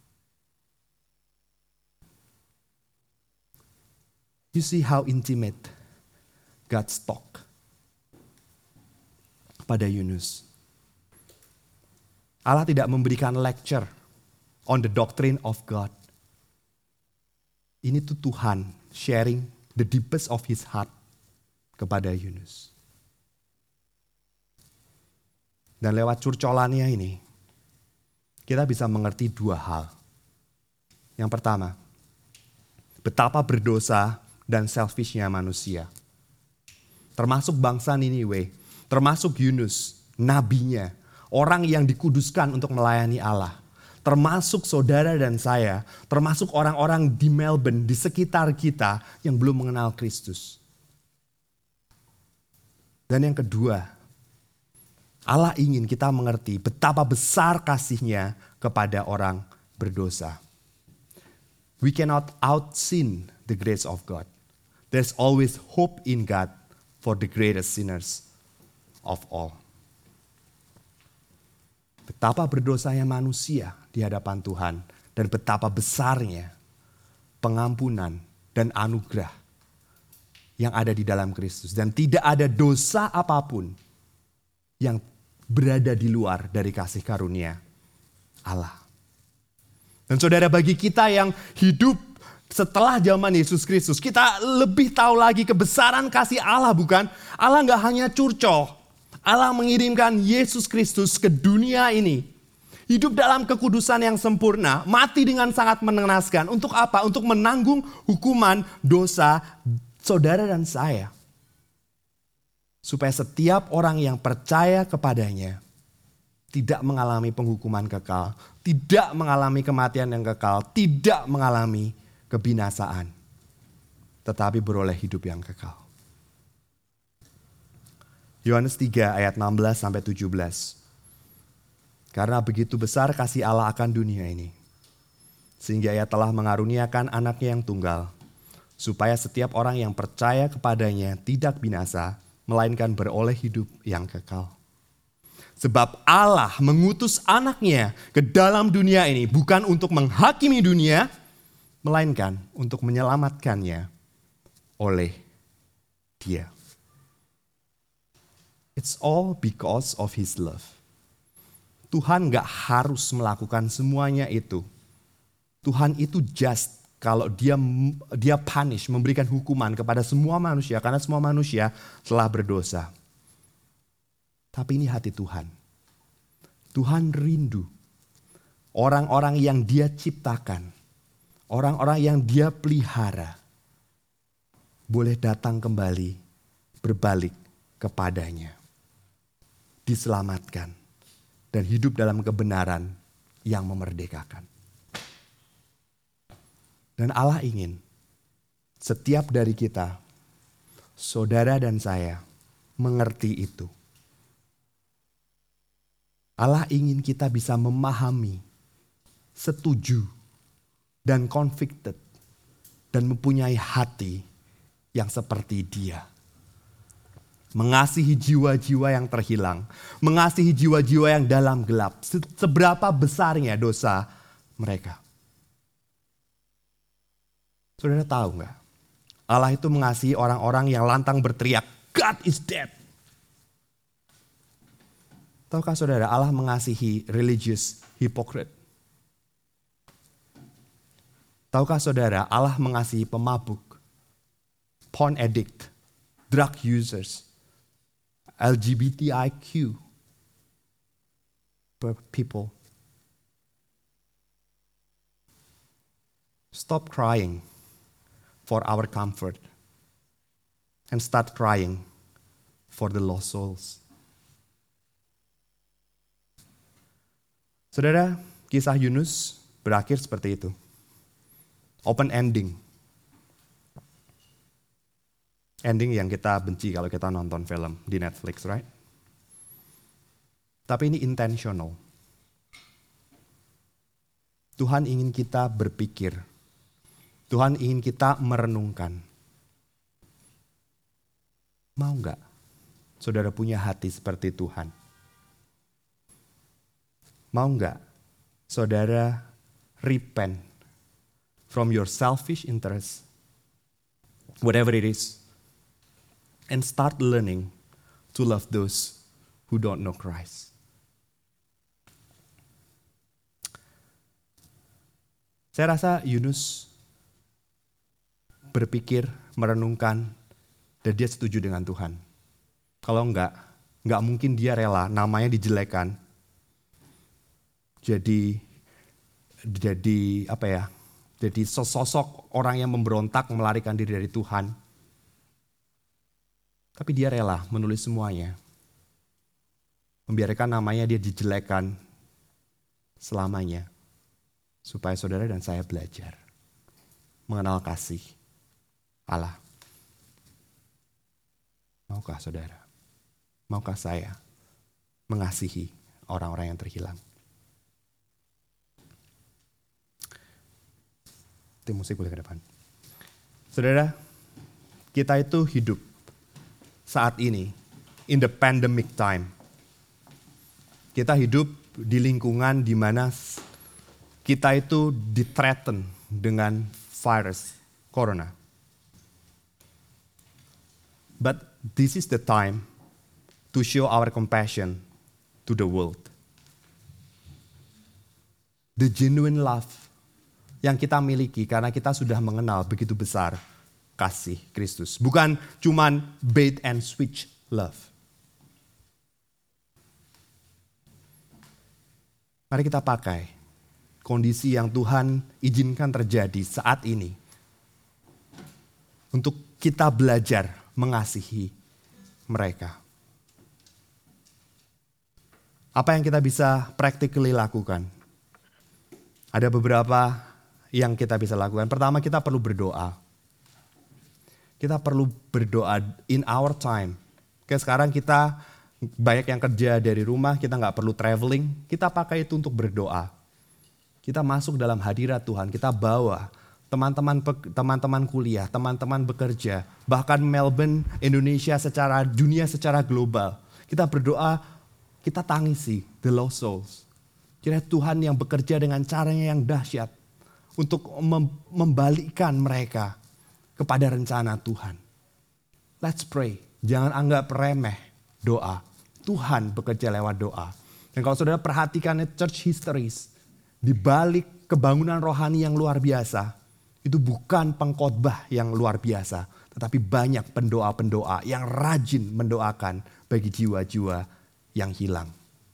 You see how intimate God's talk pada Yunus. Allah tidak memberikan lecture on the doctrine of God. Ini tuh Tuhan sharing the deepest of his heart kepada Yunus. Dan lewat curcolannya ini, kita bisa mengerti dua hal. Yang pertama, betapa berdosa dan selfishnya manusia. Termasuk bangsa Niniwe, termasuk Yunus, nabinya, orang yang dikuduskan untuk melayani Allah. Termasuk saudara dan saya, termasuk orang-orang di Melbourne, di sekitar kita yang belum mengenal Kristus. Dan yang kedua, Allah ingin kita mengerti betapa besar kasih-Nya kepada orang berdosa. We cannot out-sin the grace of God. There's always hope in God for the greatest sinners of all. Betapa berdosanya manusia di hadapan Tuhan dan betapa besarnya pengampunan dan anugerah yang ada di dalam Kristus. Dan tidak ada dosa apapun yang berada di luar dari kasih karunia Allah. Dan saudara, bagi kita yang hidup setelah zaman Yesus Kristus, kita lebih tahu lagi kebesaran kasih Allah, bukan? Allah gak hanya curcol. Allah mengirimkan Yesus Kristus ke dunia ini. Hidup dalam kekudusan yang sempurna, mati dengan sangat mengenaskan. Untuk apa? Untuk menanggung hukuman dosa saudara dan saya. Supaya setiap orang yang percaya kepadanya tidak mengalami penghukuman kekal, tidak mengalami kematian yang kekal, tidak mengalami kebinasaan, tetapi beroleh hidup yang kekal. Yohanes 3 ayat 16-17. Karena begitu besar kasih Allah akan dunia ini, sehingga Ia telah mengaruniakan anaknya yang tunggal, supaya setiap orang yang percaya kepadanya tidak binasa, melainkan beroleh hidup yang kekal. Sebab Allah mengutus anaknya ke dalam dunia ini bukan untuk menghakimi dunia, melainkan untuk menyelamatkannya oleh Dia. It's all because of His love. Tuhan gak harus melakukan semuanya itu. Tuhan itu just kalau dia punish, memberikan hukuman kepada semua manusia. Karena semua manusia telah berdosa. Tapi ini hati Tuhan. Tuhan rindu orang-orang yang Dia ciptakan. Orang-orang yang Dia pelihara. Boleh datang kembali, berbalik kepadanya. Diselamatkan. Dan hidup dalam kebenaran yang memerdekakan. Dan Allah ingin setiap dari kita, saudara dan saya, mengerti itu. Allah ingin kita bisa memahami, setuju, dan convicted, dan mempunyai hati yang seperti Dia. Mengasihi jiwa-jiwa yang terhilang, mengasihi jiwa-jiwa yang dalam gelap. Seberapa besarnya dosa mereka. Saudara tahu gak? Allah itu mengasihi orang-orang yang lantang berteriak, God is dead. Tahukah saudara, Allah mengasihi religious hypocrite. Tahukah saudara, Allah mengasihi pemabuk, porn addict, drug users, LGBTIQ people. Stop crying for our comfort and start crying for the lost souls. Saudara, kisah Yunus berakhir seperti itu. Open ending. Ending yang kita benci kalau kita nonton film di Netflix, right? Tapi ini intentional. Tuhan ingin kita berpikir. Tuhan ingin kita merenungkan. Mau gak saudara punya hati seperti Tuhan? Mau gak saudara repent from your selfish interest, whatever it is, and start learning to love those who don't know Christ. Saya rasa Yunus berpikir, merenungkan, dan dia setuju dengan Tuhan. Kalau enggak mungkin dia rela namanya dijelekan. Jadi sosok orang yang memberontak, melarikan diri dari Tuhan. Tapi dia rela menulis semuanya. Membiarkan namanya dia dijelekan selamanya. Supaya saudara dan saya belajar mengenal kasih Allah. Maukah saudara? Maukah saya mengasihi orang-orang yang terhilang? Tim musik boleh ke depan. Saudara, kita itu hidup saat ini, in the pandemic time. Kita hidup di lingkungan di mana kita itu di-threaten dengan virus corona. But this is the time to show our compassion to the world. The genuine love yang kita miliki karena kita sudah mengenal begitu besar kasih Kristus. Bukan cuman bait and switch love. Mari kita pakai kondisi yang Tuhan izinkan terjadi saat ini. Untuk kita belajar mengasihi mereka. Apa yang kita bisa practically lakukan? Ada beberapa yang kita bisa lakukan. Pertama, kita perlu berdoa. Kita perlu berdoa in our time. Kayak sekarang kita banyak yang kerja dari rumah, kita gak perlu traveling. Kita pakai itu untuk berdoa. Kita masuk dalam hadirat Tuhan, kita bawa teman-teman kuliah, teman-teman bekerja, bahkan Melbourne, Indonesia secara dunia, secara global. Kita berdoa, kita tangisi the lost souls. Kira Tuhan yang bekerja dengan caranya yang dahsyat untuk membalikkan mereka kepada rencana Tuhan. Let's pray. Jangan anggap remeh doa. Tuhan bekerja lewat doa. Dan kalau saudara perhatikan church histories, di balik kebangunan rohani yang luar biasa, itu bukan pengkhotbah yang luar biasa, tetapi banyak pendoa-pendoa yang rajin mendoakan bagi jiwa-jiwa yang hilang.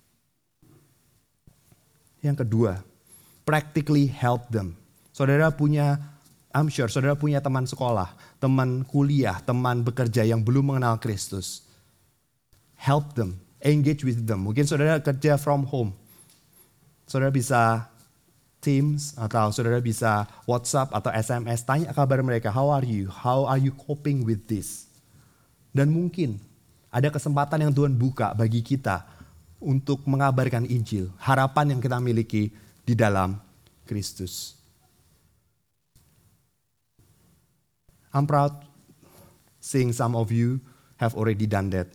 Yang kedua, practically help them. I'm sure saudara punya teman sekolah, teman kuliah, teman bekerja yang belum mengenal Kristus. Help them, engage with them. Mungkin saudara kerja from home. Saudara bisa Teams atau saudara bisa WhatsApp atau SMS, tanya kabar mereka, how are you? How are you coping with this? Dan mungkin ada kesempatan yang Tuhan buka bagi kita untuk mengabarkan Injil, harapan yang kita miliki di dalam Kristus. I'm proud seeing some of you have already done that.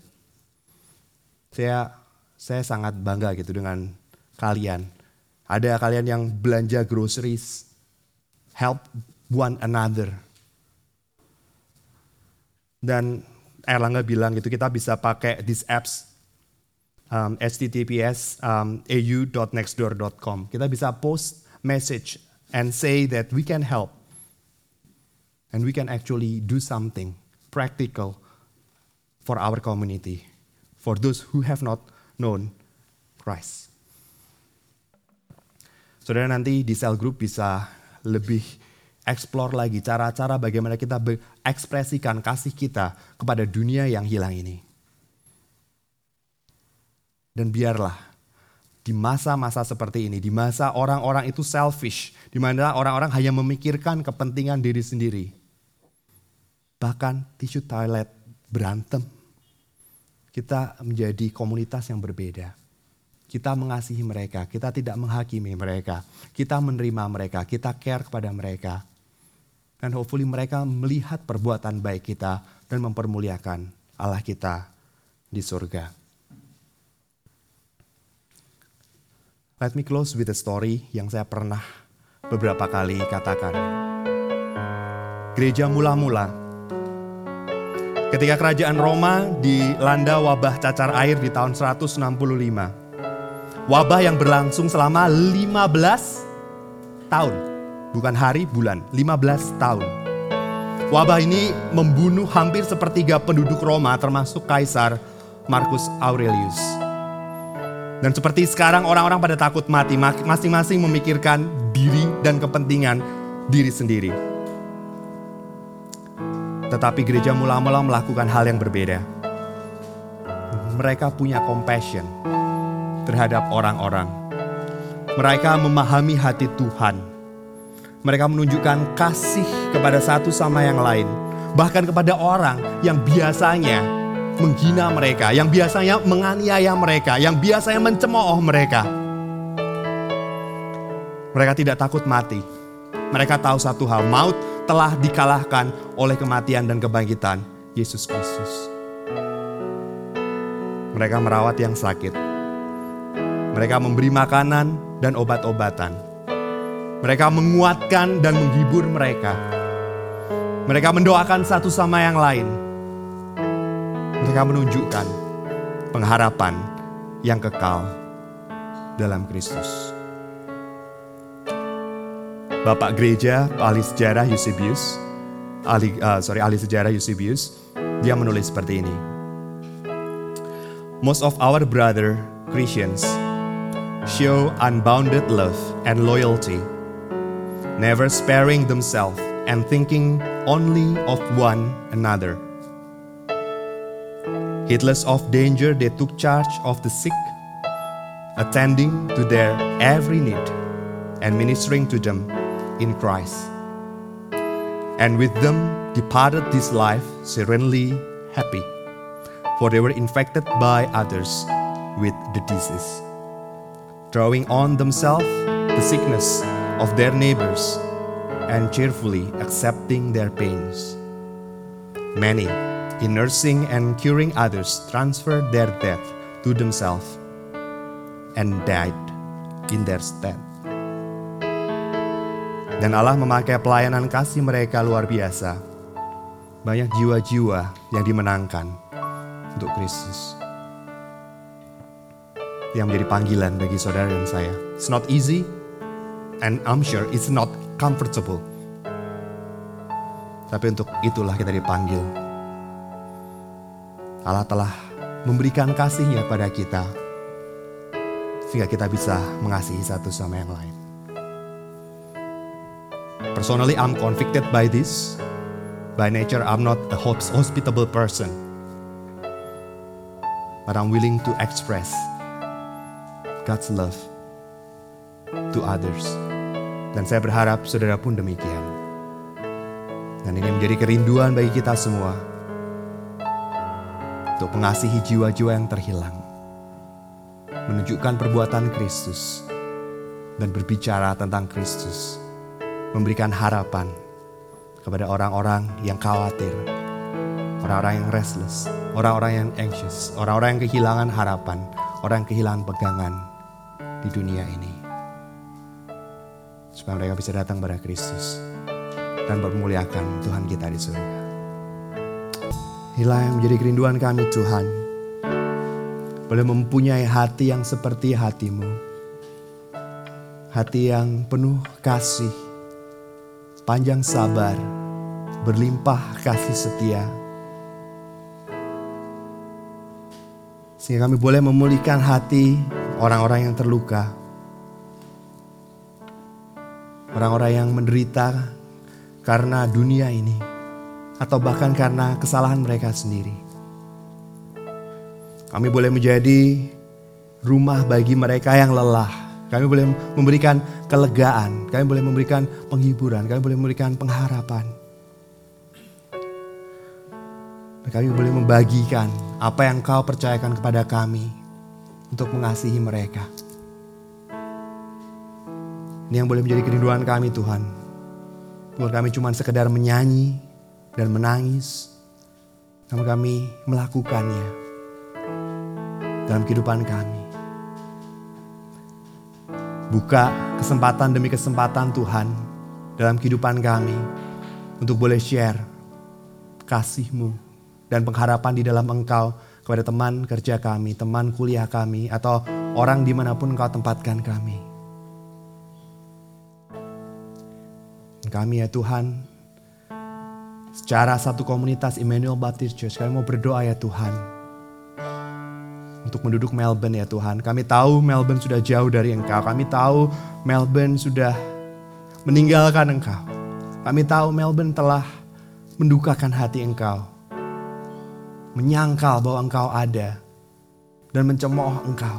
Saya sangat bangga gitu dengan kalian. Ada kalian yang belanja groceries, help one another. Dan Erlangga bilang gitu, kita bisa pakai these apps, https au.nextdoor.com. Kita bisa post message and say that we can help. And we can actually do something practical for our community, for those who have not known Christ. Saudara nanti di cell group bisa lebih explore lagi cara-cara bagaimana kita mengekspresikan kasih kita kepada dunia yang hilang ini. Dan biarlah di masa-masa seperti ini, di masa orang-orang itu selfish, di mana orang-orang hanya memikirkan kepentingan diri sendiri. Bahkan tisu toilet berantem. Kita menjadi komunitas yang berbeda. Kita mengasihi mereka, kita tidak menghakimi mereka. Kita menerima mereka, kita care kepada mereka. Dan hopefully mereka melihat perbuatan baik kita dan mempermuliakan Allah kita di surga. Let me close with a story yang saya pernah beberapa kali katakan. Gereja mula-mula, ketika kerajaan Roma dilanda wabah cacar air di tahun 165. Wabah yang berlangsung selama 15 tahun. Bukan hari, bulan. 15 tahun. Wabah ini membunuh hampir sepertiga penduduk Roma termasuk Kaisar Marcus Aurelius. Dan seperti sekarang orang-orang pada takut mati. Masing-masing memikirkan diri dan kepentingan diri sendiri. Tetapi gereja mula-mula melakukan hal yang berbeda. Mereka punya compassion terhadap orang-orang. Mereka memahami hati Tuhan. Mereka menunjukkan kasih kepada satu sama yang lain. Bahkan kepada orang yang biasanya menghina mereka, yang biasanya menganiaya mereka, yang biasanya mencemooh mereka. Mereka tidak takut mati. Mereka tahu satu hal, maut telah dikalahkan oleh kematian dan kebangkitan Yesus Kristus. Mereka merawat yang sakit. Mereka memberi makanan dan obat-obatan. Mereka menguatkan dan menghibur mereka. Mereka mendoakan satu sama yang lain. Mereka menunjukkan pengharapan yang kekal dalam Kristus. Bapak gereja, ahli sejarah Eusebius, dia menulis seperti ini. Most of our brother Christians show unbounded love and loyalty, never sparing themselves and thinking only of one another. Heedless of danger, they took charge of the sick, attending to their every need and ministering to them in Christ. And with them departed this life serenely happy, for they were infected by others with the disease, drawing on themselves the sickness of their neighbors and cheerfully accepting their pains. Many, in nursing and curing others, transferred their death to themselves and died in their stead. Dan Allah memakai pelayanan kasih mereka luar biasa. Banyak jiwa-jiwa yang dimenangkan untuk Kristus. yang menjadi panggilan bagi saudara dan saya. It's not easy and I'm sure it's not comfortable. Tapi untuk itulah kita dipanggil. Allah telah memberikan kasih-Nya pada kita sehingga kita bisa mengasihi satu sama yang lain. Personally, I'm convicted by this. By nature, I'm not a hospitable person. But I'm willing to express God's love to others. Dan saya berharap saudara pun demikian. Dan ini menjadi kerinduan bagi kita semua untuk mengasihi jiwa-jiwa yang terhilang, menunjukkan perbuatan Kristus, dan berbicara tentang Kristus, memberikan harapan kepada orang-orang yang khawatir, orang-orang yang restless, orang-orang yang anxious, orang-orang yang kehilangan harapan, orang yang kehilangan pegangan di dunia ini. Supaya mereka bisa datang pada Kristus dan bermuliakan Tuhan kita di surga. Inilah yang menjadi kerinduan kami Tuhan. Boleh mempunyai hati yang seperti hati-Mu. Hati yang penuh kasih, panjang sabar, berlimpah kasih setia. Sehingga kami boleh memulihkan hati orang-orang yang terluka. Orang-orang yang menderita karena dunia ini. Atau bahkan karena kesalahan mereka sendiri. Kami boleh menjadi rumah bagi mereka yang lelah. Kami boleh memberikan kelegaan. Kami boleh memberikan penghiburan. Kami boleh memberikan pengharapan. Dan kami boleh membagikan apa yang Kau percayakan kepada kami untuk mengasihi mereka. Ini yang boleh menjadi kerinduan kami Tuhan. Bukan kami cuma sekedar menyanyi dan menangis, namun kami melakukannya dalam kehidupan kami. Buka kesempatan demi kesempatan Tuhan dalam kehidupan kami untuk boleh share kasih-Mu dan pengharapan di dalam Engkau kepada teman kerja kami, teman kuliah kami, atau orang dimanapun Engkau tempatkan kami. Kami ya Tuhan, secara satu komunitas Emmanuel Baptist Church, kami mau berdoa ya Tuhan, untuk menduduk Melbourne ya Tuhan. Kami tahu Melbourne sudah jauh dari Engkau. Kami tahu Melbourne sudah meninggalkan Engkau. Kami tahu Melbourne telah mendukakan hati Engkau, menyangkal bahwa Engkau ada, dan mencemooh Engkau.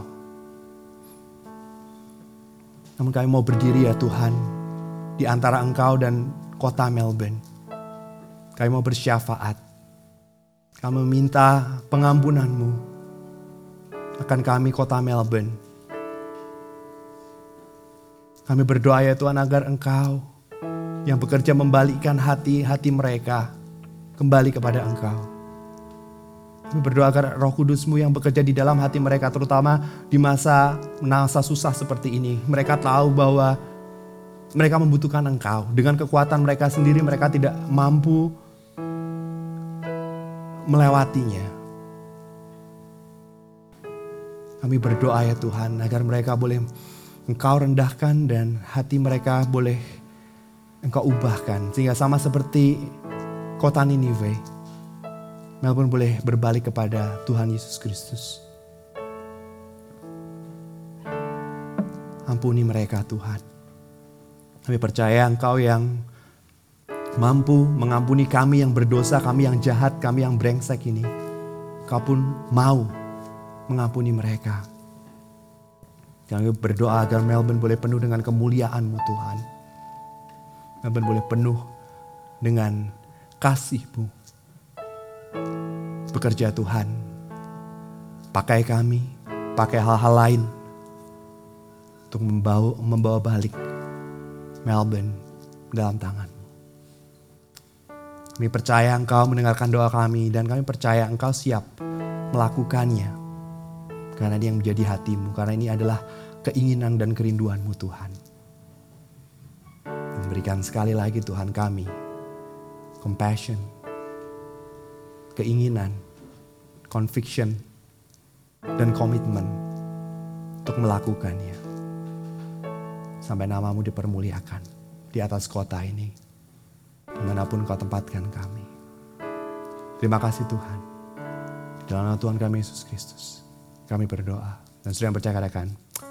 Namun kami mau berdiri ya Tuhan, di antara Engkau dan kota Melbourne. Kami mau bersyafaat. Kami meminta pengampunan-Mu akan kami kota Melbourne. Kami berdoa ya Tuhan agar Engkau yang bekerja membalikkan hati-hati mereka kembali kepada Engkau. Kami berdoa agar Roh Kudus-Mu yang bekerja di dalam hati mereka, terutama di masa susah seperti ini. Mereka tahu bahwa mereka membutuhkan Engkau. Dengan kekuatan mereka sendiri mereka tidak mampu melewatinya. Kami berdoa ya Tuhan agar mereka boleh Engkau rendahkan dan hati mereka boleh Engkau ubahkan. Sehingga sama seperti kota Niniwe, Melbourne boleh berbalik kepada Tuhan Yesus Kristus. Ampuni mereka Tuhan. Kami percaya Engkau yang mampu mengampuni kami yang berdosa, kami yang jahat, kami yang brengsek ini. Engkau pun mau mengampuni mereka. Kami berdoa agar Melbourne boleh penuh dengan kemuliaan-Mu Tuhan. Melbourne boleh penuh dengan kasih-Mu. Bekerja Tuhan. Pakai kami, pakai hal-hal lain untuk membawa balik Melbourne dalam tangan-Mu. Kami percaya Engkau mendengarkan doa kami dan kami percaya Engkau siap melakukannya. Karena ini yang menjadi hati-Mu, karena ini adalah keinginan dan kerinduan-Mu Tuhan. Dan berikan sekali lagi Tuhan kami compassion, keinginan, conviction, dan komitmen untuk melakukannya. Sampai namamu dipermuliakan di atas kota ini, dimanapun kau tempatkan kami. Terima kasih Tuhan. Dalam nama Tuhan kami Yesus Kristus, kami berdoa. Dan sudah yang percaya katakan,